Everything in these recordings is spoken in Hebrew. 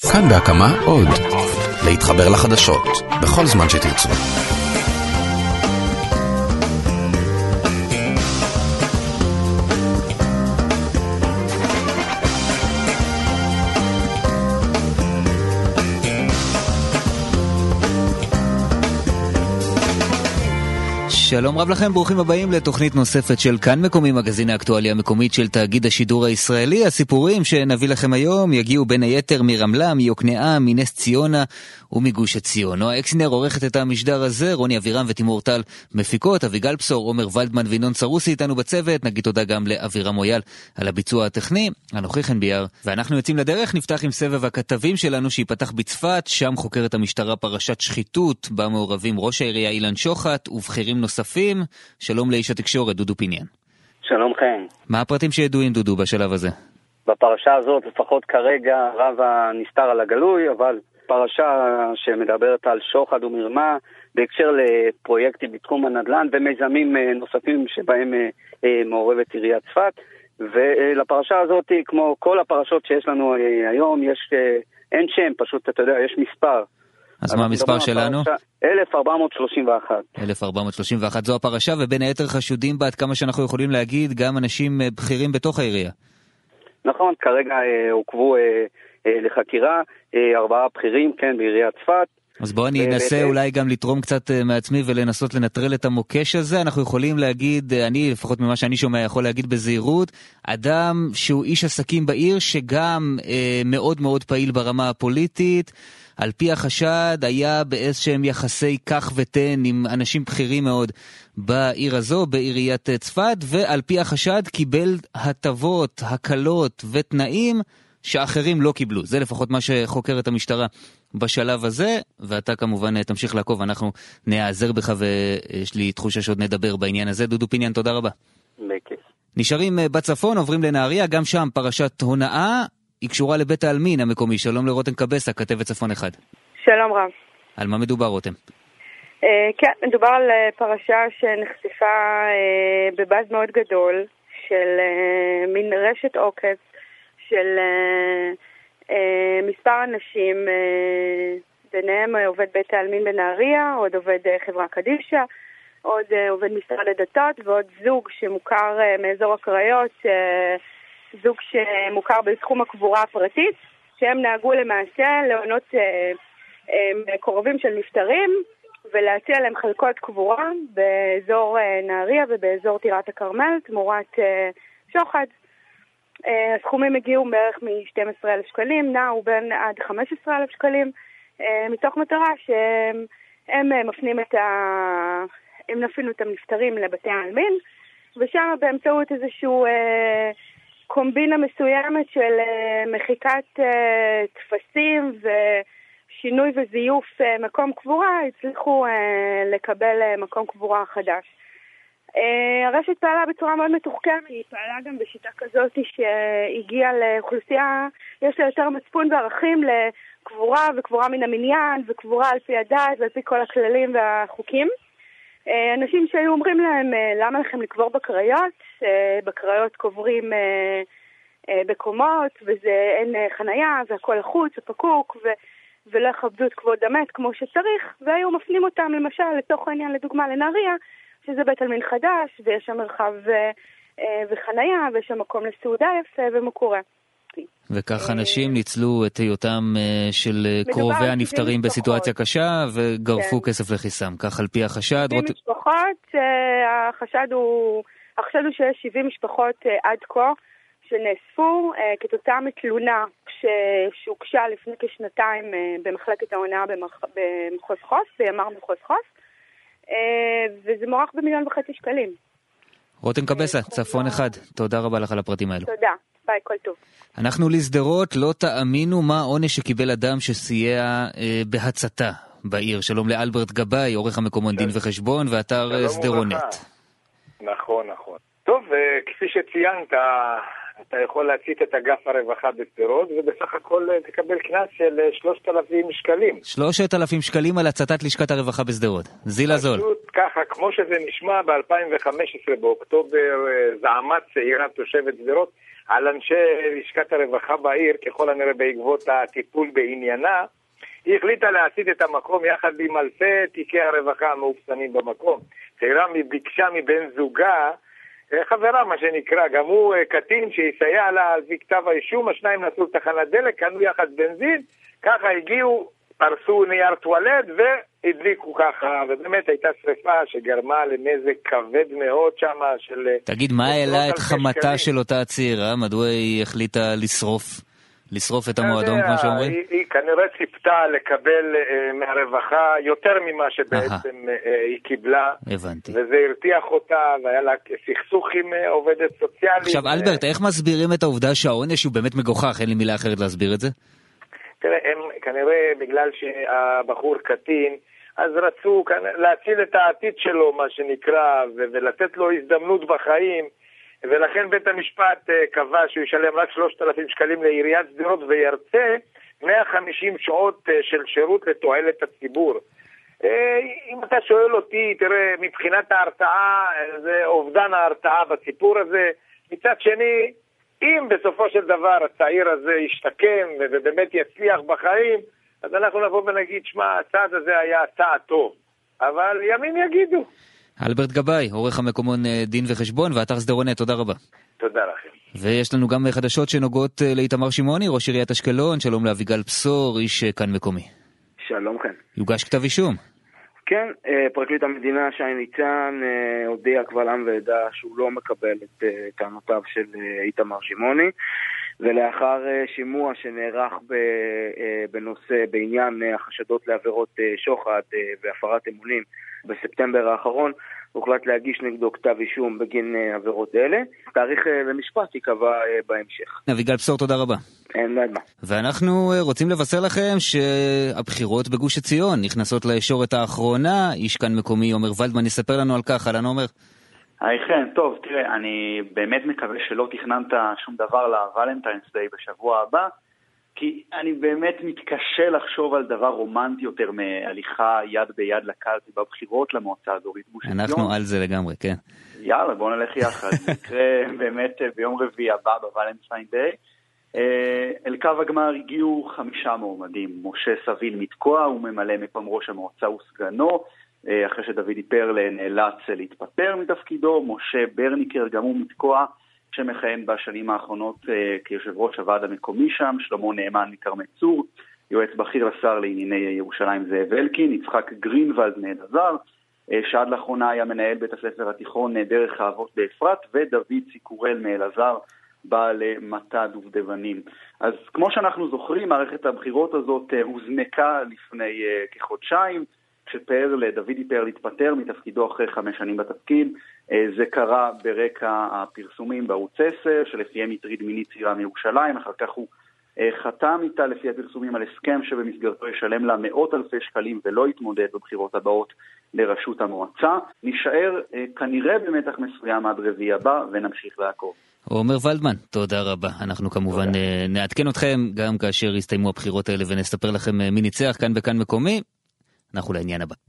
כאן בהקמה עוד. להתחבר לחדשות, בכל זמן שתרצו. שלום רב לכם, ברוכים הבאים לתוכנית נוספת של כאן מקומי, מגזין האקטואליה המקומית של תאגיד השידור הישראלי. הסיפורים שנביא לכם היום יגיעו בין היתר מרמלה, מיוקנעם, מנס ציונה ומגוש עציון. נועה אקסינר עורכת את המשדר הזה, רוני אבירם ותימור טל מפיקות, אביגל בשור, עומר ולדמן וינון צרוסי איתנו בצוות. נגיד תודה גם לאבירם מויאל על הביצוע הטכני, אנוכי חן ביאר, ואנחנו יוצאים לדרך. נפתח עם סבב הכתבים שלנו שיפתח בצפת, שם חוקרת המשטרה פרשת שחיתות, בה מעורבים ראש העירייה אילן שוחט ובכירים נוספים. שלום לאיש התקשורת דודו פיניאן. שלום חן. מה הפרטים שידועים דודו בשלב הזה? בפרשה הזאת לפחות כרגע רב הנסתר על הגלוי, אבל פרשה שמדברת על שוחד ומרמה בהקשר לפרויקטים בתחום הנדל"ן ומיזמים נוספים שבהם מעורבת עיריית צפת. ולפרשה הזאת, כמו כל הפרשות שיש לנו היום, אין שם, פשוט אתה יודע, יש מספר. אז מה המספר שלנו? 1431. 1431 זו הפרשה, ובין היתר חשודים בה, עד כמה שאנחנו יכולים להגיד, גם אנשים בכירים בתוך העירייה. נכון, כרגע עוקבו לחקירה 4 בכירים, כן, בעיריית צפת. אז בואו אני אנסה אולי גם לתרום קצת מעצמי ולנסות לנטרל את המוקש הזה. אנחנו יכולים להגיד, אני לפחות ממה שאני שומע יכול להגיד בזהירות, אדם שהוא איש עסקים בעיר שגם מאוד מאוד פעיל ברמה הפוליטית, על פי החשד היה באיזשהם יחסי כך ותן עם אנשים בכירים מאוד בעיר הזו, בעיריית צפת, ועל פי החשד קיבל הטבות, הקלות ותנאים שאחרים לא קיבלו. זה לפחות מה שחוקרת המשטרה בשלב הזה, ואתה כמובן תמשיך לעקוב, אנחנו נעזר בך ויש לי תחושה שעוד נדבר בעניין הזה. דודו פיניאן, תודה רבה. בכיף. נשארים בצפון, עוברים לנהריה, גם שם פרשת הונאה, היא קשורה לבית העלמין המקומי. שלום לרותם קבסה, כתבת צפון אחד. שלום רב. על מה מדובר רותם? כן, מדובר על פרשה שנחשפה בבאז מאוד גדול של מין רשת עוקץ של מספר אנשים, ביניהם עובד בית העלמין בנהריה, עוד עובד חברה קדישא, עוד עובד משרד הדתות ועוד זוג שמוכר מאזור הקריות, זוג שמוכר בתחום הקבורה הפרטית, שהם נהגו למעשה לעונות קרובים של נפטרים ולהציע להם חלקות קבורה באזור נהריה ובאזור טירת הכרמל תמורת שוחד. הסכומים הגיעו בערך מ-12,000 שקלים, נעו בין עד 15,000 שקלים, מתוך מטרה שהם מפנים הם נפנו את הנפטרים לבתי העלמין, ושם באמצעות איזשהו קומבינה מסוימת של מחיקת תפסים ושינוי וזיוף מקום קבורה, הצליחו לקבל מקום קבורה חדש. הרשת פעלה בצורה מאוד מתוחכמת, היא פעלה גם בשיטה כזאת שהגיעה לאוכלוסייה, יש לה יותר מצפון וערכים לקבורה וקבורה מן המניין וקבורה על פי הדת ועל פי כל הכללים והחוקים. אנשים שהיו אומרים להם, למה לכם לקבור בקריות? בקריות קוברים בקומות ואין חנייה והכל החוץ ופקוק ולא יכבדו את כבוד המת כמו שצריך, והיו מפנים אותם למשל לתוך העניין לדוגמה לנהריה, שזה בית עלמין חדש ויש שם מרחב וחנייה ויש שם מקום לסעודה יפה ומקורה. וכך אנשים ניצלו את היותם של קרובי הנפטרים בסיטואציה קשה וגרפו כסף לכיסם, כך על פי החשד. 70 משפחות, החשד הוא שיש 70 משפחות עד כה שנאספו כתוצאה מתלונה שהוגשה לפני כשנתיים במחלקת ההונאה במחוז חוף, בימ"ר מחוז חוף, וזה מוערך ב1.5 שקלים. רותם קבסה, צפון אחד, תודה רבה לך על הפרטים האלו. תודה, ביי, כל טוב. אנחנו לסדרות, לא תאמינו מה העונש שקיבל אדם שסייע בהצתה בעיר. שלום לאלברט גבאי, עורך המקומון דין וחשבון ואתר סדרונט. נכון. טוב, כפי שציינת, אתה יכול להצית את אגף הרווחה בסדרות, ובסך הכל תקבל קנס של 3,000 שקלים. 3,000 שקלים על הצתת לשכת הרווחה בסדרות. זיל הזול. פשוט ככה, כמו שזה נשמע ב-2015 באוקטובר, זעמת צעירה תושבת סדרות, על אנשי לשכת הרווחה בעיר, ככל הנראה בעקבות הטיפול בעניינה. היא החליטה להסיט את המקום יחד עם אלפי תיקי הרווחה המאופסנים במקום. צעירה ביקשה מבן זוגה, חברה מה שנקרא, גם הוא קטין שיסייע לה על פי כתב האישום, השניים נסעו לתחנת דלק, קנו יחד בנזין, ככה הגיעו, פרסו נייר טואלט והדליקו ככה, ובאמת הייתה שריפה שגרמה לנזק כבד מאוד שם של... תגיד, מה העלה את חמתה של אותה צעירה? מדוע היא החליטה לשרוף את המועדון, כמו שאומרים? היא כנראה ציפתה לקבל מהרווחה יותר ממה שבעצם היא קיבלה. הבנתי. וזה הרתיח אותה, והיה לה סכסוך עם עובדת סוציאלית. עכשיו, אלברט, איך מסבירים את העובדה שהעונש הוא באמת מגוחך? אין לי מילה אחרת להסביר את זה? תראה, הם כנראה בגלל שהבחור קטין, אז רצו להציל את העתיד שלו, מה שנקרא, ולתת לו הזדמנות בחיים, ולכן בית המשפט קבע שהוא ישלם רק 3,000 שקלים לעיריית שדרות וירצה 150 שעות של שירות לתועלת הציבור. אם אתה שואל אותי, תראה, מבחינת ההרתעה, זה אובדן ההרתעה בסיפור הזה. מצד שני, אם בסופו של דבר הצעיר הזה ישתקם ובאמת יצליח בחיים, אז אנחנו נבוא ונגיד, שמה, הצעד הזה היה צעד טוב. אבל ימים יגידו. אלברט גבאי, עורך המקומון דין וחשבון, ואתר סדרוני, תודה רבה. תודה לכם. ויש לנו גם חדשות שנוגעות לאיתמר שמעוני, ראש עיריית אשקלון. שלום לאביגל פסור, איש כאן מקומי. שלום כן. יוגש כתב אישום. כן, פרקליט המדינה שי ניצן הודיע קבל עם ועדה שהוא לא מקבל את טענותיו של איתמר שמעוני, ולאחר שימוע שנערך בנושא בעניין החשדות לעבירות שוחד והפרת אמונים בספטמבר האחרון, הוחלט להגיש נגדו כתב אישום בגין עבירות אלה. תאריך למשפט ייקבע בהמשך. אביגל פסור, תודה רבה. אין מה. ואנחנו רוצים לבשר לכם שהבחירות בגוש עציון נכנסות לישורת האחרונה. איש כאן מקומי עומר ולדמן יספר לנו על כך. אהלן עומר. היי כן, טוב, תראה, אני באמת מקווה שלא תכננת שום דבר לוולנטיינס דיי בשבוע הבא, כי אני באמת מתקשה לחשוב על דבר רומנטי יותר מהליכה יד ביד לקלפי בבחירות למועצה האזורית גוש עציון. אנחנו על זה לגמרי, כן. יאללה, בואו נלך יחד. נקרא באמת ביום רביעי הבא בוולנטיין דיי. אל קו הגמר הגיעו 5 מועמדים. משה סביל מתקוע, הוא ממלא מקום ראש המועצה וסגנו, אחרי שדוד פרלה נאלץ להתפטר מתפקידו. משה ברניקר גם הוא מתקוע, שמכהן בשנים האחרונות כיושב ראש הוועד המקומי שם. שלמה נאמן מכרמי צור, יועץ בכיר לשר לענייני ירושלים זאב אלקין. יצחק גרינוולד מאלעזר, שעד לאחרונה היה מנהל בית הספר התיכון דרך האבות באפרת, ודוד סיקורל מאלעזר, בעל מטה דובדבנים. אז כמו שאנחנו זוכרים, מערכת הבחירות הזאת הוזנקה לפני כחודשיים, דוד פרל התפטר מתפקידו אחרי 5 שנים בתפקיד. זה קרה ברקע הפרסומים בערוץ 10, שלפיהם הטריד מינית צעירה מירושלים. אחר כך הוא חתם איתה לפי הפרסומים על הסכם שבמסגרתו ישלם לה מאות אלפי שקלים ולא יתמודד בבחירות הבאות לראשות המועצה. נשאר כנראה במתח מסוים עד רביעי הבא ונמשיך לעקוב. עומר ולדמן, תודה רבה. אנחנו כמובן נעדכן אתכם גם כאשר יסתיימו הבחירות האלה ונספר לכם מי ניצח כאן בכאן מקומי. אנחנו לעניין הבא.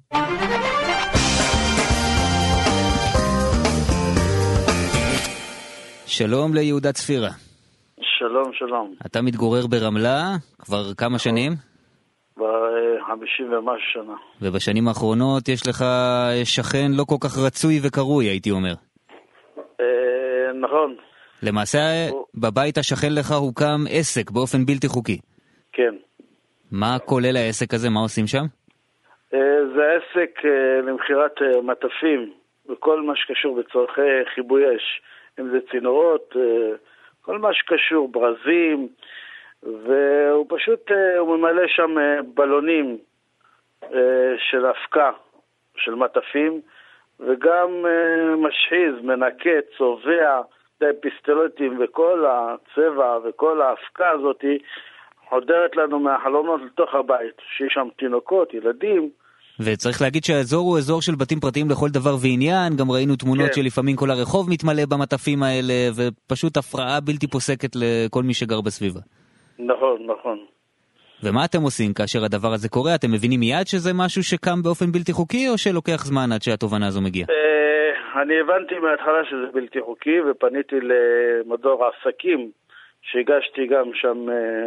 שלום ליהודה צפירה. שלום, שלום. אתה מתגורר ברמלה כבר כמה שנים? ב-50 ומשהו שנה. ובשנים האחרונות יש לך שכן לא כל כך רצוי וקרוי, הייתי אומר. נכון. למעשה בבית השכן לך הוקם עסק באופן בלתי חוקי. כן. מה כולל העסק הזה? מה עושים שם? זה עסק למחירת מטפים וכל מה שקשור בצורכי חיבוי אש. אם זה צינורות, כל מה שקשור, ברזים, והוא פשוט, הוא ממלא שם בלונים של הפקה, של מטפים, וגם משחיז, מנקה, צובע, פיסטלטים, וכל הצבע וכל ההפקה הזאת חודרת לנו מהחלונות לתוך הבית, שיש שם תינוקות, ילדים. וצריך להגיד שהאזור הוא אזור של בתים פרטיים לכל דבר ועניין. גם ראינו תמונות שלפעמים כל הרחוב מתמלא במטפים האלה, ופשוט הפרעה בלתי פוסקת לכל מי שגר בסביבה. נכון, נכון. ומה אתם עושים כאשר הדבר הזה קורה? אתם מבינים מיד שזה משהו שקם באופן בלתי חוקי, או שלוקח זמן עד שהתובנה הזו מגיעה? אני הבנתי מההתחלה שזה בלתי חוקי, ופניתי למדור העסקים, שהגשתי גם שם,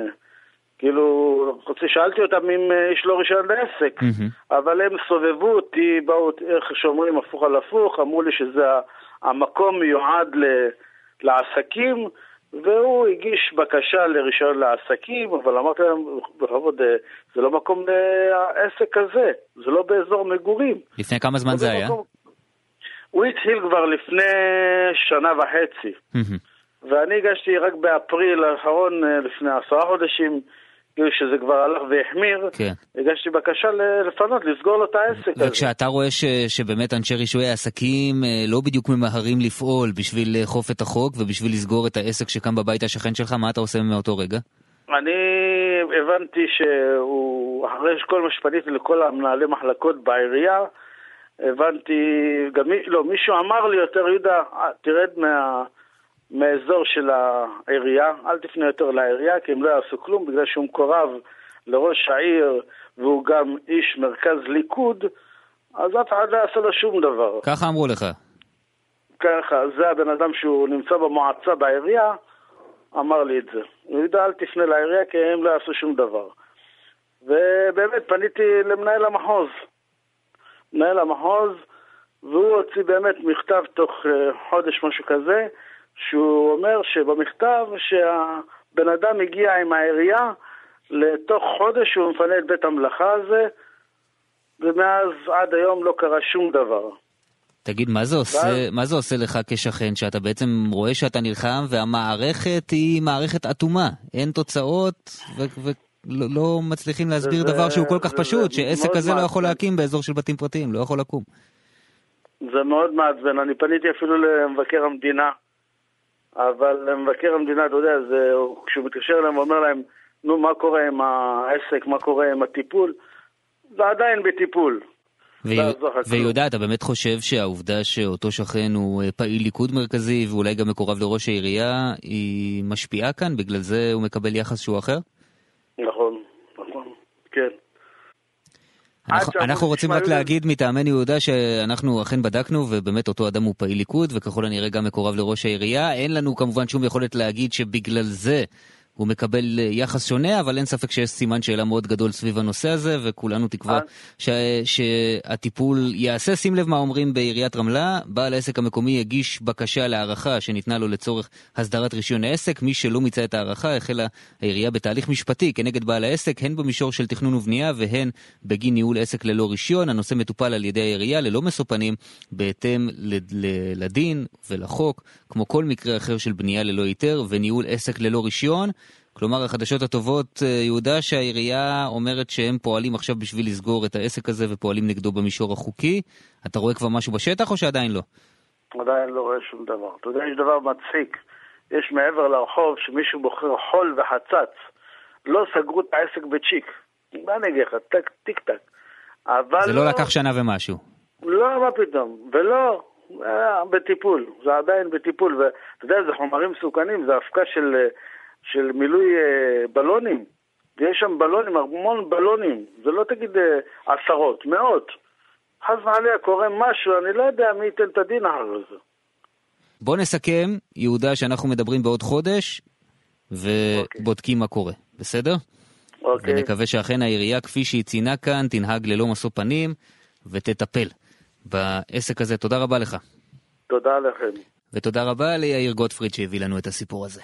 כאילו, שאלתי אותם אם יש לו רישיון לעסק, אבל הם סובבו אותי, באו, איך שאומרים, הפוך על הפוך, אמרו לי שזה המקום מיועד לעסקים, והוא הגיש בקשה לרישיון לעסקים, אבל אמרתי להם, בכבוד, זה לא מקום לעסק הזה, זה לא באזור מגורים. לפני כמה זמן זה היה? הוא התחיל כבר לפני 1.5 שנה, ואני הגשתי רק באפריל האחרון, לפני 10 חודשים, שזה כבר הלך והחמיר, הגשתי בקשה לפנות, לסגור לו את העסק הזה. וכשאתה רואה שבאמת אנשי רישוי העסקים לא בדיוק ממהרים לפעול בשביל לאכוף את החוק ובשביל לסגור את העסק שקם בבית השכן שלך, מה אתה עושה מאותו רגע? אני הבנתי שהוא, אחרי כל מה שפניתי לכל המנהלי מחלקות בעירייה, הבנתי, גם מישהו אמר לי יותר, יהודה, תרד מהאזור של העירייה, אל תפנה יותר לעירייה, כי הם לא יעשו כלום, בגלל שהוא מקורב לראש העיר, והוא גם איש מרכז ליכוד, אז אף אחד לא יעשה לו שום דבר. ככה אמרו לך? ככה, זה הבן אדם שהוא נמצא במועצה בעירייה, אמר לי את זה. הוא יודע, אל תפנה לעירייה, כי הם לא יעשו שום דבר. ובאמת פניתי למנהל המחוז. מנהל המחוז, והוא הוציא באמת מכתב תוך חודש משהו כזה, שהוא אומר שבמכתב שהבן אדם הגיע עם העירייה לתוך חודש שהוא מפנה את בית המלאכה הזה, ומאז עד היום לא קרה שום דבר. תגיד, מה זה עושה לך כשכן, שאתה בעצם רואה שאתה נלחם והמערכת היא מערכת אטומה, אין תוצאות ולא מצליחים להסביר דבר שהוא כל כך פשוט, שעסק כזה לא יכול להקים באזור של בתים פרטיים, לא יכול לקום. זה מאוד מעצבן, אני פניתי אפילו למבקר המדינה, אבל למבקר המדינה, אתה יודע, כשהוא מתקשר אליהם ואומר להם, נו, מה קורה עם העסק, מה קורה עם הטיפול, זה עדיין בטיפול. ויהודה, אתה באמת חושב שהעובדה שאותו שכן הוא פעיל ליכוד מרכזי ואולי גם מקורב לראש העירייה, היא משפיעה כאן? בגלל זה הוא מקבל יחס שהוא אחר? נכון, כן. אנחנו רוצים רק להגיד מטעמנו יהודה שאנחנו אכן בדקנו ובאמת אותו אדם הוא פעיל ליכוד וככל הנראה גם מקורב לראש העירייה. אין לנו כמובן שום יכולת להגיד שבגלל זה הוא מקבל יחס שונה, אבל אין ספק שיש סימן שאלה מאוד גדול סביב הנושא הזה, וכולנו תקווה שהטיפול יעשה. שים לב מה אומרים בעיריית רמלה, בעל העסק המקומי הגיש בקשה להערכה שניתנה לו לצורך הסדרת רישיון העסק, מי שלא מיצה את הערכה החלה העירייה בתהליך משפטי כנגד בעל העסק, הן במישור של תכנון ובנייה והן בגין ניהול עסק ללא רישיון. הנושא מטופל על ידי העירייה ללא מסופנים, בהתאם לדין ולחוק, כמו כל מקרה אחר של בנייה ללא היתר וניהול עסק ללא רישיון. כלומר, החדשות הטובות, יהודה, שהעירייה אומרת שהם פועלים עכשיו בשביל לסגור את העסק הזה ופועלים נגדו במישור החוקי. אתה רואה כבר משהו בשטח או שעדיין לא? עדיין לא רואה שום דבר. אתה יודע, יש דבר מצחיק. יש מעבר לרחוב שמישהו בוחר חול וחצץ. לא סגרו את העסק בצ'יק. מה נגיד לך? טיק טק. זה לא לקח שנה ומשהו. לא, מה פתאום. ולא, בטיפול. זה עדיין בטיפול. ואתה יודע, זה חומרים מסוכנים. זה הפקה של מילוי בלונים. יש שם בלונים, המון בלונים. זה לא תגיד עשרות, מאות. חס וחלילה קורה משהו, אני לא יודע מי ייתן את הדין אחרי זה. בוא נסכם, יהודה, שאנחנו מדברים בעוד חודש, ובודקים מה קורה. בסדר? אוקיי. ונקווה שאכן העירייה, כפי שהיא ציינה כאן, תנהג ללא משוא פנים, ותטפל בעסק הזה. תודה רבה לך. תודה לכם. ותודה רבה ליאיר גוטפריד שהביא לנו את הסיפור הזה.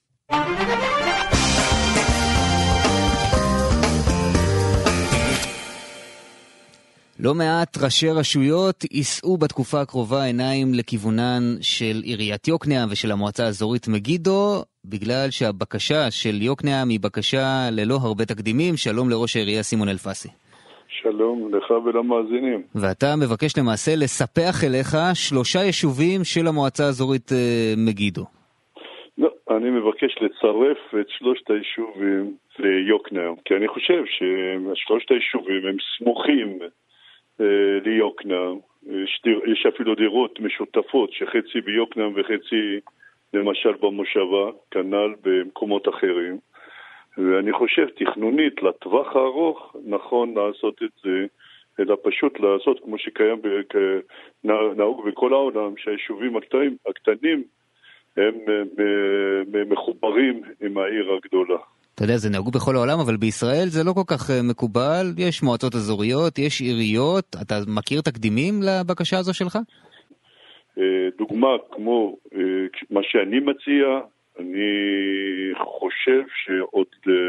לא מעט ראשי רשויות יישאו בתקופה הקרובה עיניים לכיוונן של עיריית יוקנעם ושל המועצה האזורית מגידו, בגלל שהבקשה של יוקנעם היא בקשה ללא הרבה תקדימים. שלום לראש העירייה סימון אלפסי. שלום לך ולמאזינים. ואתה מבקש למעשה לספח אליך 3 יישובים של המועצה האזורית מגידו. לא, אני מבקש לצרף את 3 היישובים ליוקנעם, כי אני חושב ש3 היישובים הם סמוכים ליוקנעם. יש אפילו דירות משותפות שחצי ביוקנעם וחצי למשל במושבה, כנ"ל במקומות אחרים. ואני חושב תכנונית לטווח הארוך נכון לעשות את זה אלא פשוט לעשות כמו שקיים נהוג בכל העולם, שהיישובים הקטנים הם מחוברים עם העיר הגדולה. אתה יודע, זה נהוג בכל העולם, אבל בישראל זה לא כל כך מקובל. יש מועצות אזוריות, יש עיריות. אתה מכיר תקדימים לבקשה הזו שלך? דוגמה כמו מה שאני מציע, אני חושב שעוד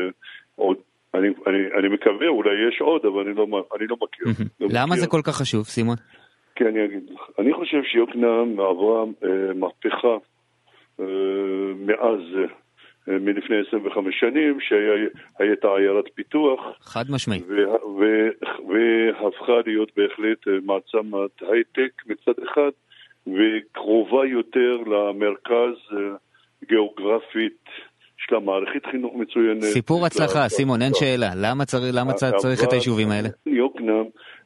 אני מקווה, אולי יש עוד, אבל אני לא מכיר. למה זה כל כך חשוב, סימון? כן, אני אגיד לך. אני חושב שיוקנעם עברה מהפכה מאז, מלפני 25 שנים, שהייתה עיירת פיתוח. חד משמעי. והפכה להיות בהחלט מעצמת הייטק מצד אחד, וקרובה יותר למרכז גיאוגרפית, יש לה מערכת חינוך מצוינת. סיפור הצלחה, סימון, אין שאלה. למה צריך את היישובים האלה? יוקנעם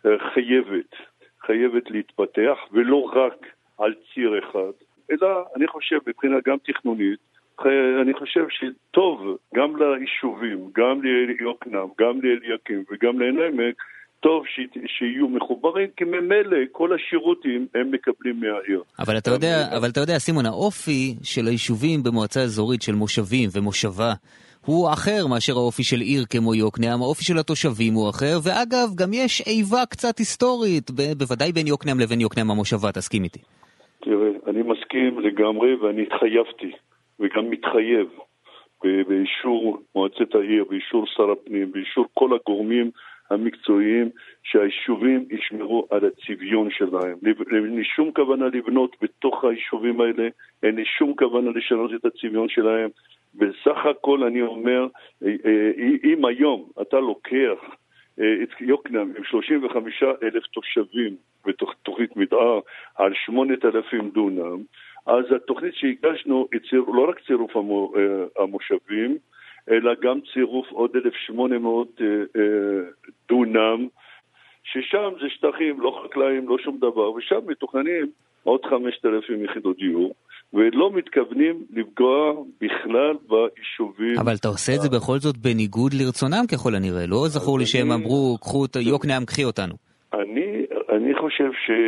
חייבת להתפתח, ולא רק על ציר אחד, אלא אני חושב מבחינה גם תכנונית, אני חושב שטוב גם ליישובים, גם ליוקנעם, גם לאליקים וגם לעין עמק, טוב שיהיו מחוברים, כי ממילא כל השירותים הם מקבלים מהעיר. אבל אתה יודע, סימון, האופי של היישובים במועצה אזורית של מושבים ומושבה, הוא אחר מאשר האופי של עיר כמו יוקנעם, האופי של התושבים הוא אחר, ואגב, גם יש איבה קצת היסטורית, בוודאי בין יוקנעם לבין יוקנעם המושבה, תסכים איתי. תראה, אני מסכים לגמרי, ואני התחייבתי, וגם מתחייב, באישור מועצת העיר, באישור שר הפנים, באישור כל הגורמים המקצועיים, שהיישובים ישמרו על הצביון שלהם. אין לי שום כוונה לבנות בתוך היישובים האלה, אין לי שום כוונה לשנות את הצביון שלהם. בסך הכל אני אומר, אם היום אתה לוקח את יוקנעם עם 35,000 תושבים בתוכנית מתאר על 8,000 דונם, אז התוכנית שהגשנו היא לא רק צירוף המושבים, אלא גם צירוף עוד 1,800 דונם, ששם זה שטחים, לא חקלאים, לא שום דבר, ושם מתוכננים עוד 5,000 יחידות דיור, ולא מתכוונים לפגוע בכלל ביישובים. אבל אתה עושה את זה בכל זאת בניגוד לרצונם ככל הנראה, לא זכור לי שהם אמרו, קחו את יוקנעם, קחי אותנו. אני חושב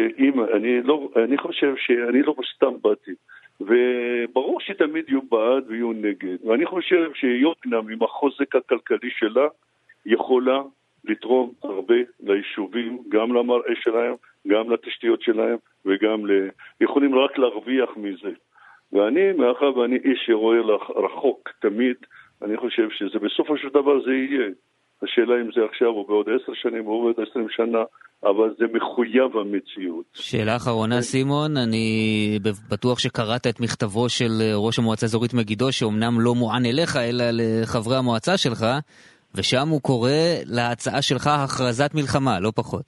שאני לא סתם באתי, וברור שתמיד יהיו בעד ויהיו נגד, ואני חושב שיוקנעם עם החוזק הכלכלי שלה יכולה לתרום הרבה ליישובים, גם למראה שלהם, גם לתשתיות שלהם, וגם יכולים רק להרוויח מזה. ואני, מאחר ואני איש שרואה רחוק תמיד, אני חושב שזה בסופו של דבר זה יהיה. השאלה אם זה עכשיו או בעוד 10 שנים או בעוד 20 שנה, אבל זה מחויב המציאות. שאלה אחרונה, סימון, אני בטוח שקראת את מכתבו של ראש המועצה האזורית מגידו, שאומנם לא מוען אליך, אלא לחברי המועצה שלך, ושם הוא קורא להצעה שלך הכרזת מלחמה, לא פחות.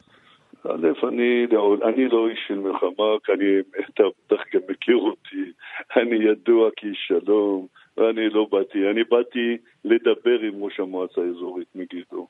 אני לא איש של מלחמה, כי אתה בטח גם מכיר אותי, אני ידוע כאיש שלום, ואני לא באתי, אני באתי לדבר עם ראש המועצה האזורית מגידו.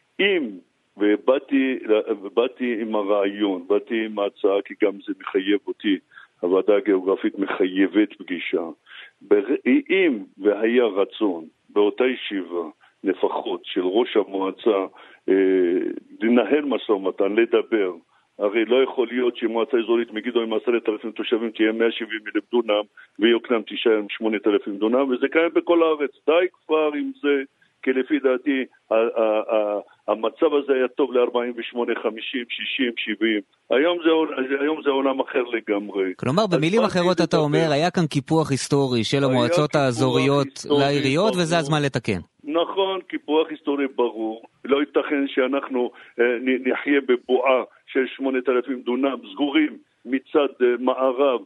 ובאתי עם הרעיון, באתי עם ההצעה, כי גם זה מחייב אותי, הוועדה הגיאוגרפית מחייבת פגישה. אם והיה רצון באותה ישיבה, לפחות של ראש המועצה, לנהל משא ומתן, לדבר, הרי לא יכול להיות שמועצה אזורית מגידו עם 10,000 תושבים תהיה 170,000 דונם, ויוקנעם תישאר עם 8,000 דונם, וזה קיים בכל הארץ. די כבר עם זה, כי לפי דעתי המצב הזה היה טוב ל-48, 50, 60, 70. היום זה עולם אחר לגמרי. כלומר, במילים אחרות אתה אומר, היה כאן קיפוח היסטורי של המועצות האזוריות לעיריות, וזה הזמן לתקן. נכון, קיפוח היסטורי ברור. לא ייתכן שאנחנו נחיה בבועה של 8,000 דונם סגורים מצד מערב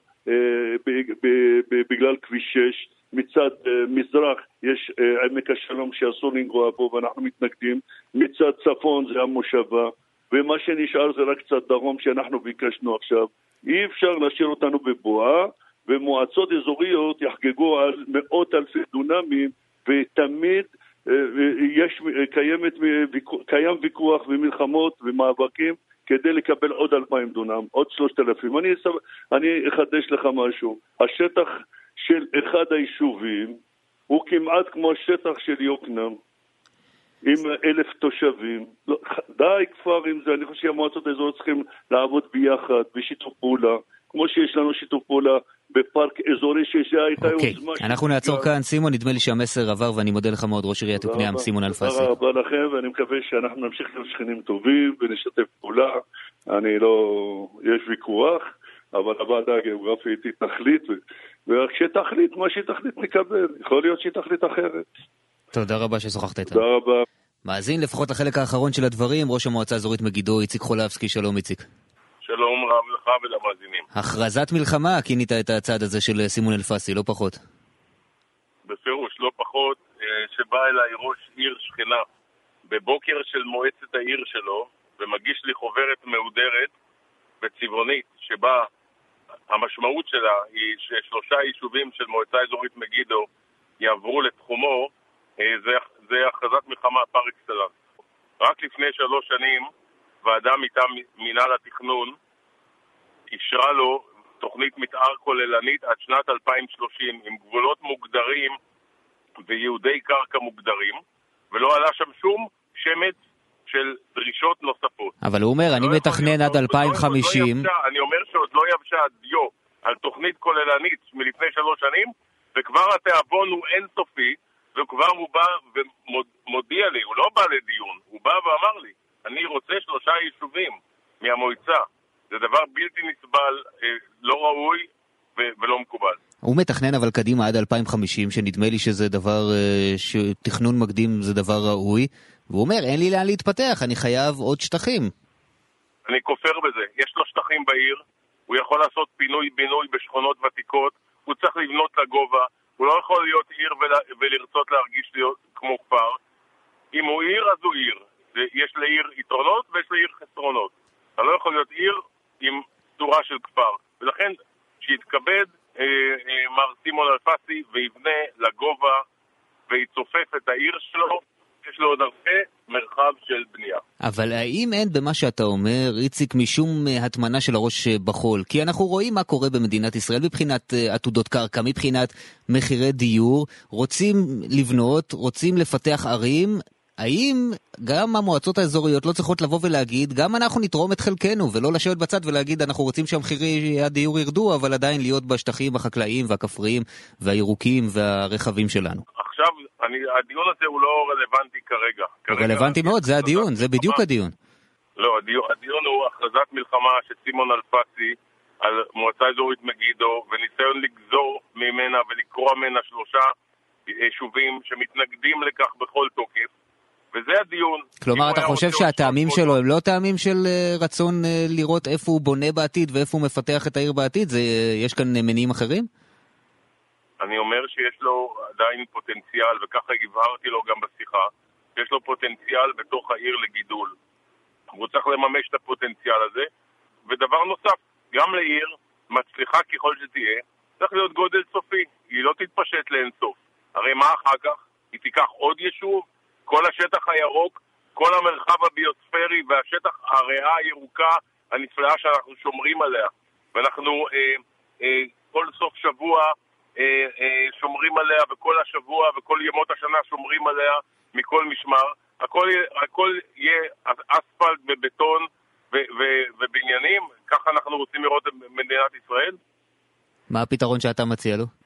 בגלל כביש 6, מצד מזרח יש עמק השלום שאסור לנגוע בו ואנחנו מתנגדים, מצד צפון זה המושבה, ומה שנשאר זה רק קצת דרום שאנחנו ביקשנו עכשיו. אי אפשר להשאיר אותנו בבועה, ומועצות אזוריות יחגגו על מאות אלפי דונמים, ותמיד קיים ויכוח ומלחמות ומאבקים כדי לקבל עוד 2,000 דונם, עוד 3,000. אני אחדש לך משהו. השטח של אחד היישובים הוא כמעט כמו השטח של יוקנעם. עם 1,000 תושבים. לא, די כבר עם זה, אני חושב שהמועצות האזוריות צריכים לעבוד ביחד, בשיתוף פעולה, כמו שיש לנו שיתוף פעולה בפארק אזורי שהייתה יוזמה. אנחנו נעצור כאן, סימון, נדמה לי שהמסר עבר, ואני מודה לך מאוד, ראש עיריית יוקנעם, סימון אלפסי. תודה רבה לכם, ואני מקווה שאנחנו נמשיך להיות שכנים טובים ונשתף פעולה. יש ויכוח, אבל הוועדה הגיאוגרפית היא תחליט, וכשתחליט, מה שהיא תחליט נקבל. יכול להיות שהיא תחליט אחרת. תודה רבה ששוחחת איתנו. תודה רבה. מאזין לפחות לחלק האחרון של הדברים, ראש המועצה האזורית מגידו, איציק חולבסקי. שלום איציק. שלום רב לך ולמאזינים. הכרזת מלחמה, כינית את הצעד הזה של סימון אלפסי, לא פחות. בפירוש, לא פחות, שבא אליי ראש עיר שכנה בבוקר של מועצת העיר שלו, ומגיש לי חוברת מהודרת בצבעונית, שבה המשמעות שלה היא ששלושה יישובים של מועצה אזורית מגידו יעברו לתחומו. זה הכרזת מלחמה פר אקסלנס. רק לפני 3 שנים ועדה מטעם מינהל התכנון אישרה לו תוכנית מתאר כוללנית עד שנת 2030 עם גבולות מוגדרים ויהודי קרקע מוגדרים, ולא עלה שם שום שמץ של דרישות נוספות. אבל הוא אומר, אני מתכנן עד 2050. אני אומר שעוד לא יבשה הדיו על תוכנית כוללנית מלפני 3 שנים, וכבר התיאבון הוא אינסופי, וכבר הוא בא ומודיע לי, הוא לא בא לדיון, הוא בא ואמר לי, אני רוצה 3 יישובים מהמועצה. זה דבר בלתי נסבל, לא ראוי ולא מקובל. הוא מתכנן אבל קדימה עד 2050, שנדמה לי שזה דבר, שתכנון מקדים זה דבר ראוי, והוא אומר, אין לי לאן להתפתח, אני חייב עוד שטחים. אני כופר בזה, יש לו שטחים בעיר, הוא יכול לעשות פינוי-בינוי בשכונות ותיקות, הוא צריך לבנות לגובה, הוא לא יכול להיות עיר ולרצות להרגיש להיות כמו כפר. אם הוא עיר, אז הוא עיר. יש לעיר יתרונות ויש לעיר חסרונות. אתה לא יכול להיות עיר עם צורה של כפר. ולכן, שיתכבד מר סימון אלפסי ויבנה לגובה ויצופף את העיר שלו, יש לו עוד הרבה מרחב של בנייה. אבל האם אין במה שאתה אומר, איציק, משום התמנה של הראש בחול? כי אנחנו רואים מה קורה במדינת ישראל מבחינת עתודות קרקע, מבחינת מחירי דיור, רוצים לבנות, רוצים לפתח ערים. האם גם המועצות האזוריות לא צריכות לבוא ולהגיד, גם אנחנו נתרום את חלקנו, ולא לשבת בצד ולהגיד, אנחנו רוצים שהמחירי הדיור ירדו, אבל עדיין להיות בשטחים החקלאיים והכפריים והירוקים והרחבים שלנו? עכשיו, הדיון הזה הוא לא רלוונטי כרגע. רלוונטי מאוד, זה הדיון, זה בדיוק הדיון. לא, הדיון הוא הכרזת מלחמה של סימון אלפסי על מועצה אזורית מגידו, וניסיון לגזור ממנה ולקרוא ממנה 3 יישובים שמתנגדים לכך בכל תוקף. וזה הדיון. כלומר, אתה חושב שהטעמים שלו הם לא טעמים של רצון לראות איפה הוא בונה בעתיד ואיפה הוא מפתח את העיר בעתיד? יש כאן מניעים אחרים? אני אומר שיש לו עדיין פוטנציאל, וככה הבהרתי לו גם בשיחה, יש לו פוטנציאל בתוך העיר לגידול. הוא צריך לממש את הפוטנציאל הזה. ודבר נוסף, גם לעיר, מצליחה ככל שתהיה, צריך להיות גודל סופי. היא לא תתפשט לאינסוף. הרי מה אחר כך? היא תיקח עוד יישוב, כל השטח הירוק, כל המרחב הביוספרי והשטח הריאה הירוקה הנפלאה שאנחנו שומרים עליה. ואנחנו כל סוף שבוע שומרים עליה, וכל השבוע וכל ימות השנה שומרים עליה מכל משמר. הכל יהיה אספלט ובטון ובניינים. ככה אנחנו רוצים לראות את מדינת ישראל. מה הפתרון שאתה מציע לו?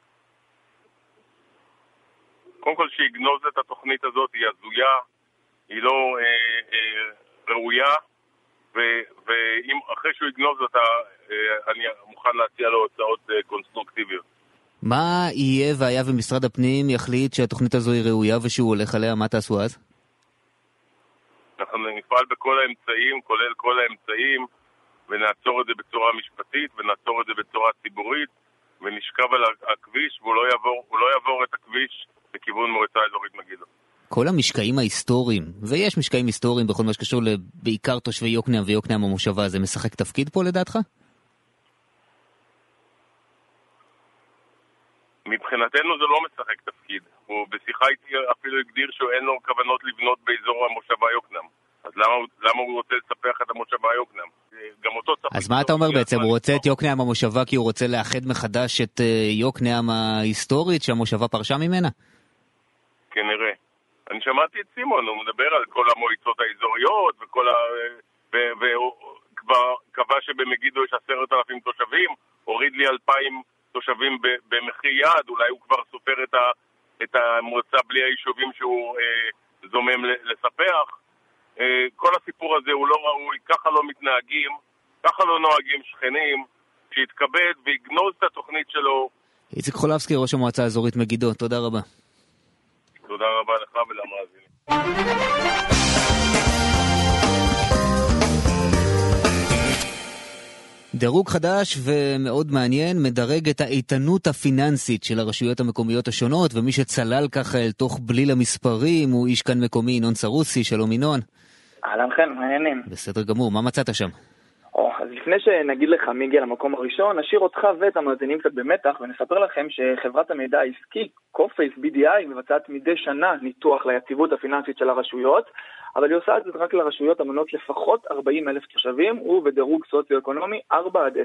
קודם כל שיגנוז את התוכנית הזאת, היא הזויה, היא לא ראויה, ואם אחרי שהוא יגנוז אותה, אני מוכן להציע לו הצעות קונסטרוקטיביות. מה יהיה והיה ומשרד הפנים יחליט שהתוכנית הזו היא ראויה ושהוא הולך עליה, מה תעשו אז? אנחנו נפעל בכל האמצעים, כולל כל האמצעים, ונעצור את זה בצורה משפטית, ונעצור את זה בצורה ציבורית, ונשכב על הכביש, והוא לא יעבור את הכביש לכיוון מועצה אזורית מגידו. כל המשקעים ההיסטוריים, ויש משקעים היסטוריים בכל מה שקשור בעיקר תושבי יוקנעם ויוקנעם המושבה, זה משחק תפקיד פה לדעתך? מבחינתנו זה לא משחק תפקיד. הוא בשיחה איתי אפילו הגדיר שאין לו כוונות לבנות באזור המושבה יוקנעם. אז למה הוא רוצה לספח את המושבה יוקנעם? גם אותו צריך... אז מה אתה אומר בעצם? הוא רוצה את יוקנעם המושבה כי הוא רוצה לאחד מחדש את יוקנעם ההיסטורית שהמושבה פרשה ממנה? כנראה. אני שמעתי את סימון, הוא מדבר על כל המועצות האזוריות והוא כבר קבע שבמגידו יש 10,000 תושבים, הוריד לי 2,000 תושבים במחי יד, אולי הוא כבר סופר את המועצה בלי היישובים שהוא זומם לספח. כל הסיפור הזה הוא לא ראוי, ככה לא מתנהגים, ככה לא נוהגים שכנים, שיתכבד ויגנוז את התוכנית שלו. איציק חולבסקי, ראש המועצה האזורית מגידו, תודה רבה. תודה רבה לך ולמאזינים. דירוג חדש ומאוד מעניין מדרג את האיתנות הפיננסית של הרשויות המקומיות השונות, ומי שצלל ככה אל תוך בליל המספרים הוא איש כאן מקומי, ינון סרוסי. שלום ינון. אהלן חן, מעניינים. בסדר גמור, מה מצאת שם? אז לפני שנגיד לך מי הגיע למקום הראשון, נשאיר אותך ואת המאזינים קצת במתח ונספר לכם שחברת המידע העסקי, קופייס BDI, מבצעת מדי שנה ניתוח ליציבות הפיננסית של הרשויות, אבל היא עושה את זה רק לרשויות המונות לפחות 40,000 תושבים ובדירוג סוציו-אקונומי 4-10.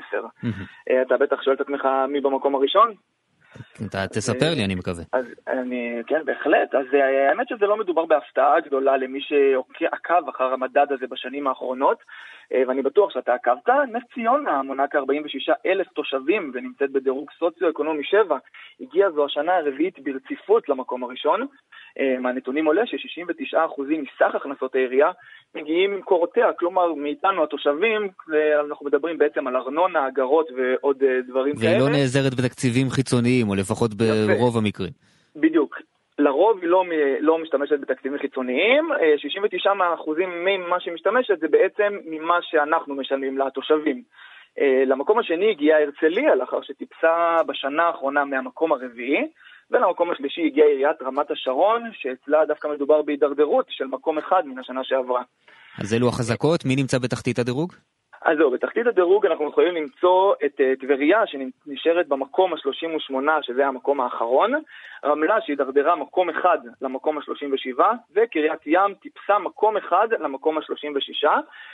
אתה בטח שואל את עצמך מי במקום הראשון? אתה תספר לי, אני מקווה. כן, בהחלט. אז האמת שזה לא מדובר בהפתעה גדולה למי שעקב אחר המדד הזה בשנים האחרונות, ואני בטוח שאתה עקבת. נס ציונה מונה כ-46,000 תושבים ונמצאת בדירוג סוציו-אקונומי 7. הגיעה זו השנה הרביעית ברציפות למקום הראשון. מהנתונים עולה ש69% מסך הכנסות העירייה מגיעים ממקורותיה, כלומר מאיתנו התושבים, אנחנו מדברים בעצם על ארנונה, אגרות ועוד דברים כאלה. והיא לא נעזרת בתקציבים חיצוניים, או לפחות ברוב המקרים. בדיוק. לרוב היא לא משתמשת בתקציבים חיצוניים, 69% ממה שמשתמשת זה בעצם ממה שאנחנו משלמים לתושבים. למקום השני הגיעה הרצליה, לאחר שטיפסה בשנה האחרונה מהמקום הרביעי, ולמקום השלישי הגיעה עיריית רמת השרון, שאצלה דווקא מדובר בהידרדרות של מקום אחד מן השנה שעברה. אז אלו החזקות, מי נמצא בתחתית הדירוג? אז זהו, בתחתית הדירוג אנחנו יכולים למצוא את טבריה שנשארת במקום ה-38, שזה המקום האחרון, רמלה שהידרדרה מקום אחד למקום ה-37, וקריית ים טיפסה מקום אחד למקום ה-36,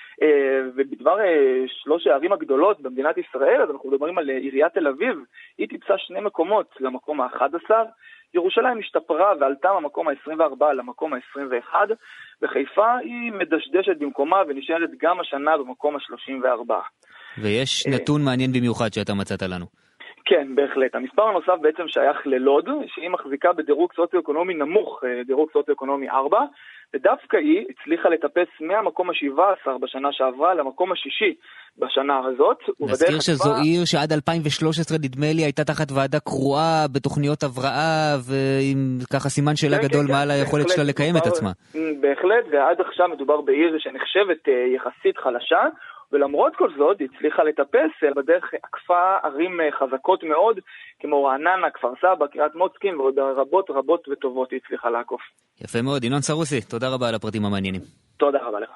ובדבר שלוש הערים הגדולות במדינת ישראל, אז אנחנו מדברים על עיריית תל אביב, היא טיפסה 2 מקומות למקום ה-11, ירושלים השתפרה ועלתה מהמקום ה-24 למקום ה-21, וחיפה היא מדשדשת במקומה ונשארת גם השנה במקום ה-34. ויש נתון מעניין במיוחד שאתה מצאת לנו. כן, בהחלט. המספר הנוסף בעצם שייך ללוד, שהיא מחזיקה בדירוג סוציו-אקונומי נמוך, דירוג סוציו-אקונומי 4, ודווקא היא הצליחה לטפס מהמקום ה-17 בשנה שעברה למקום ה-6 בשנה הזאת. נזכיר שזו עיר שעד 2013 נדמה לי הייתה תחת ועדה קרואה בתוכניות הבראה, ועם ככה סימן שאלה גדול מעל היכולת שלה לקיים את עצמה. בהחלט, ועד עכשיו מדובר בעיר שנחשבת יחסית חלשה, ולמרות כל זאת היא הצליחה לטפס בדרך עקפה ערים חזקות מאוד, כמו רעננה, כפר סבא, קריית מוצקין, ועוד רבות וטובות היא הצליחה לעקוף. יפה מאוד, ינון סרוסי, תודה רבה על הפרטים המעניינים. תודה רבה לך.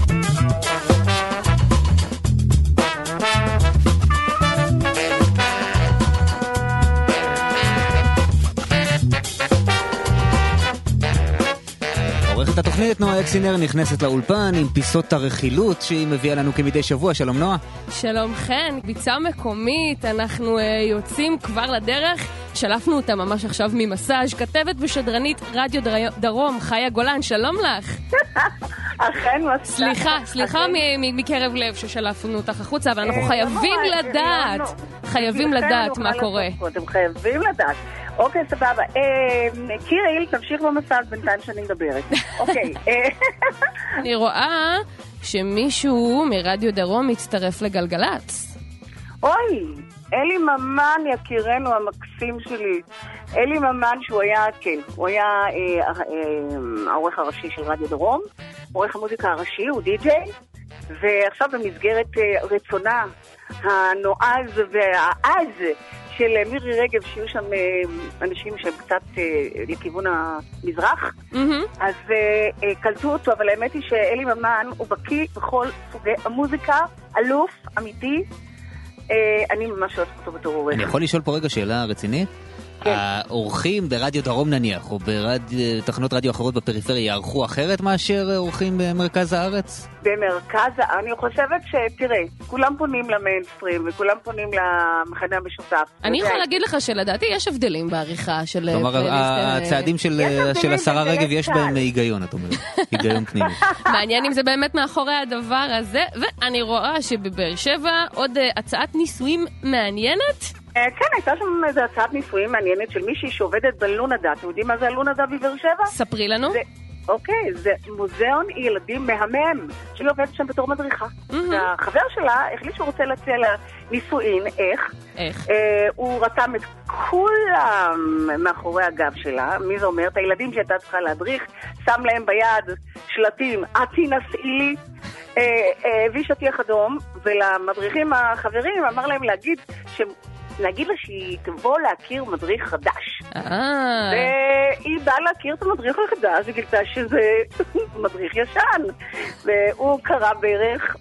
עורכת התוכנית נועה אקסינר נכנסת לאולפן עם פיסות הרכילות שהיא מביאה לנו כמדי שבוע. שלום נועה. שלום חן, ביצה מקומית, אנחנו יוצאים כבר לדרך, שלפנו אותה ממש עכשיו ממסאז', כתבת ושדרנית רדיו דרום, חיה גולן, שלום לך. אכן מסאז'. סליחה מקרב לב ששלפנו אותך החוצה, אבל אנחנו חייבים לדעת מה קורה. אתם חייבים לדעת. אוקיי, סבבה. קיריל, תמשיך במסאז' בינתיים שאני מדברת. אוקיי. אני רואה שמישהו מרדיו דרום מצטרף לגלגלץ. אוי, אלי ממן יקירנו המקסים שלי. אלי ממן שהוא היה, כן, הוא היה העורך הראשי של רדיו דרום, עורך המוזיקה הראשי, הוא די-ג'יי, ועכשיו במסגרת רצונה הנועז והעז של מירי רגב, שיהיו שם אנשים שהם קצת לכיוון המזרח, אז קלטו אותו, אבל האמת היא שאלי ממן הוא בקיא בכל סוגי המוזיקה, אלוף, אמיתי, אני ממש אוהבת אותו בתור עורך. אני יכול לשאול פה רגע שאלה רצינית? האורחים ברדיו דרום נניח, או בתחנות רדיו אחרות בפריפריה, יערכו אחרת מאשר אורחים במרכז הארץ? אני חושבת שתראה, כולם פונים למיינסטרים, וכולם פונים למחנה המשותף. אני יכולה להגיד לך שלדעתי יש הבדלים בעריכה של... כלומר, הצעדים של השרה רגב יש בהם היגיון, את אומרת. היגיון פנימי. מעניין אם זה באמת מאחורי הדבר הזה, ואני רואה שבבאר שבע עוד הצעת ניסויים מעניינת. כן, הייתה שם איזו הצעת ניסויים מעניינת של מישהי שעובדת בלונדה. אתם יודעים מה זה הלונדה בבאר שבע? ספרי לנו. אוקיי, זה מוזיאון ילדים מהמם, שהיא עובדת שם בתור מדריכה. והחבר שלה החליט שהוא רוצה להציע לה נישואין, איך? הוא רתם את כולם מאחורי הגב שלה, מי זה אומר? את הילדים שהייתה צריכה להדריך, שם להם ביד שלטים, עתי נסעילי, הביא שטיח אדום, ולמדריכים החברים אמר להם להגיד לה שהיא תבוא להכיר מדריך חדש. והיא באה להכיר את המדריך החדש, היא גילתה שזה מדריך ישן. והוא קרא בערך,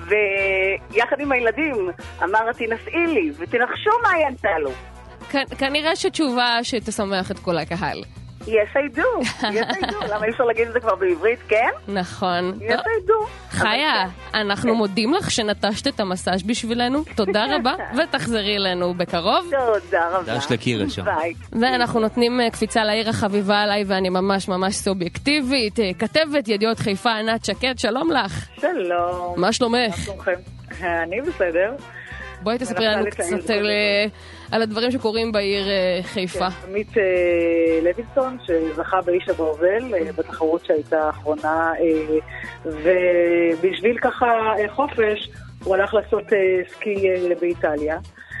ויחד עם הילדים אמרתי נסעי לי, ותנחשו מה היא ענתה לו. כנראה שתשובה שתשמח את כל הקהל. Yes, I do. Yes, I do. למה אי אפשר להגיד את זה כבר בעברית, כן? נכון. Yes, I do. חיה, אנחנו מודים לך שנטשת את המסאז' בשבילנו. תודה רבה, ותחזרי אלינו בקרוב. תודה רבה. דש לקירה שם. ביי. ואנחנו נותנים קפיצה לעיר החביבה עליי, ואני ממש ממש סובייקטיבית. כתבת ידיעות חיפה, ענת שקד, שלום לך. שלום. מה שלומך? אני בסדר. בואי תספרי לנו קצת על הדברים שקורים בעיר חיפה. עמית לוינסון, שזכה באיש הברזל בתחרות שהייתה האחרונה, ובשביל ככה חופש הוא הלך לעשות סקי באיטליה,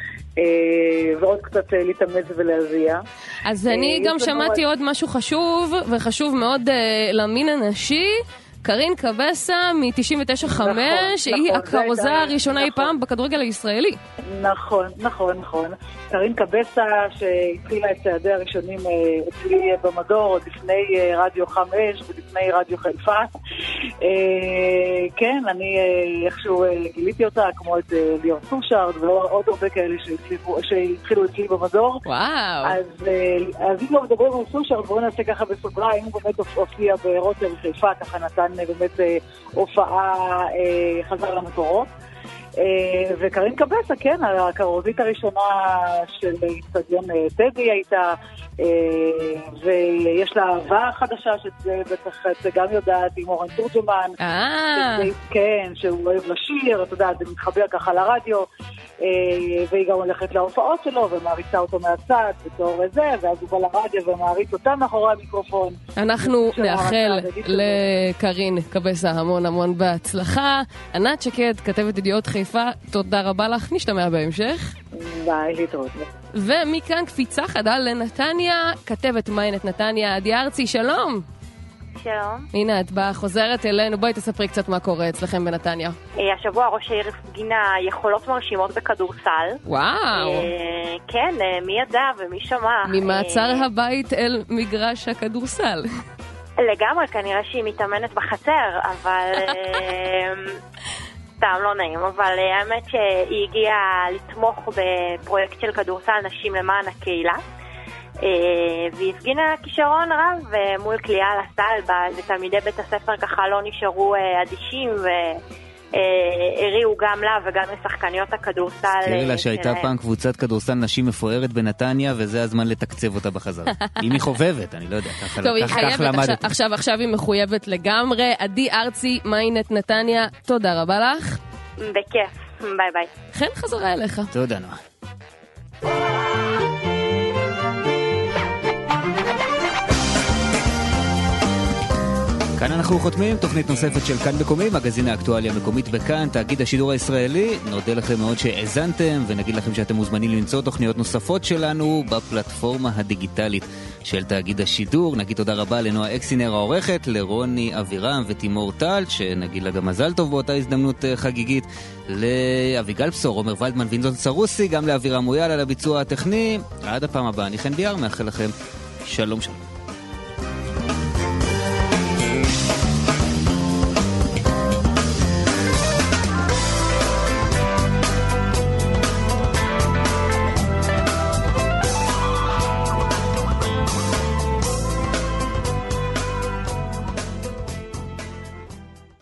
ועוד קצת להתאמץ ולהזיע. אז אני גם שמעתי עוד משהו חשוב, וחשוב מאוד למין הנשי, קרין קבסה מ-99.5, שהיא הקרוזה הראשונה אי פעם בכדורגל הישראלי. נכון. קרין קבסה שהתחילה את צעדי הראשונים אצלי במדור, עוד לפני רדיו 5 ולפני רדיו חיפה. כן, אני איכשהו גיליתי אותה, כמו את ליאור סושארד ועוד הרבה כאלה שהתחילו אצלי במדור. וואו. אז אם לא מדברים על סושארד, בואו נעשה ככה בסוגריים, הוא באמת הופיע ברוטר חיפה, ככה נתן באמת הופעה, חזר למקורות. וקרין קבסה, כן, הקרוזית הראשונה של אצטדיון טדי הייתה, ויש לה אהבה חדשה שבטח את גם יודעת, עם אורן תורג'מן, כן, שהוא אוהב לשיר, אתה יודע, זה מתחבר ככה לרדיו, והיא גם הולכת להופעות שלו ומעריצה אותו מהצד בתור זה, ואז הוא בא לרדיו ומעריץ אותה מאחורי המיקרופון. אנחנו נאחל לקרין קבסה המון בהצלחה. ענת שקד, כתבת ידיעות חיפה, תודה רבה לך, נשתמע בהמשך. ביי, להתראות. ומכאן קפיצה חדה לנתניה, כתבת מיינט נתניה, עדי ארצי, שלום. שלום. הנה את באה, חוזרת אלינו, בואי תספרי קצת מה קורה אצלכם בנתניה. השבוע ראש העיר הפגינה יכולות מרשימות בכדורסל. וואו. כן, מי ידע ומי שמע. ממעצר הבית אל מגרש הכדורסל. לגמרי, כנראה שהיא מתאמנת בחצר, אבל... סתם לא נעים, אבל האמת שהיא הגיעה לתמוך בפרויקט של כדורסל נשים למען הקהילה. והיא הפגינה כישרון רב מול קליעה על הסל, ותלמידי בית הספר ככה לא נשארו אדישים והריעו גם לה וגם לשחקניות הכדורסל. תראי לה שהייתה פעם קבוצת כדורסל נשים מפוארת בנתניה, וזה הזמן לתקצב אותה בחזרה. אם היא חובבת, אני לא יודע, כך למדתי. עכשיו היא מחויבת לגמרי. עדי ארצי, מיינט נתניה, תודה רבה לך. בכיף, ביי ביי. חן, חזרה אליך. תודה נועה. כאן אנחנו חותמים תוכנית נוספת של כאן מקומי, מגזין האקטואליה המקומית בכאן, תאגיד השידור הישראלי. נודה לכם מאוד שהאזנתם, ונגיד לכם שאתם מוזמנים למצוא תוכניות נוספות שלנו בפלטפורמה הדיגיטלית של תאגיד השידור. נגיד תודה רבה לנועה אקסינר העורכת, לרוני אבירם ותימור טל, שנגיד לה גם מזל טוב באותה הזדמנות חגיגית, לאביגל פסור, עומר ולדמן וינזון סרוסי, גם לאבירם מויאל על הביצוע הטכני. עד הפעם הבאה, אני חן ביאר, מאחל לכם שלום שלום.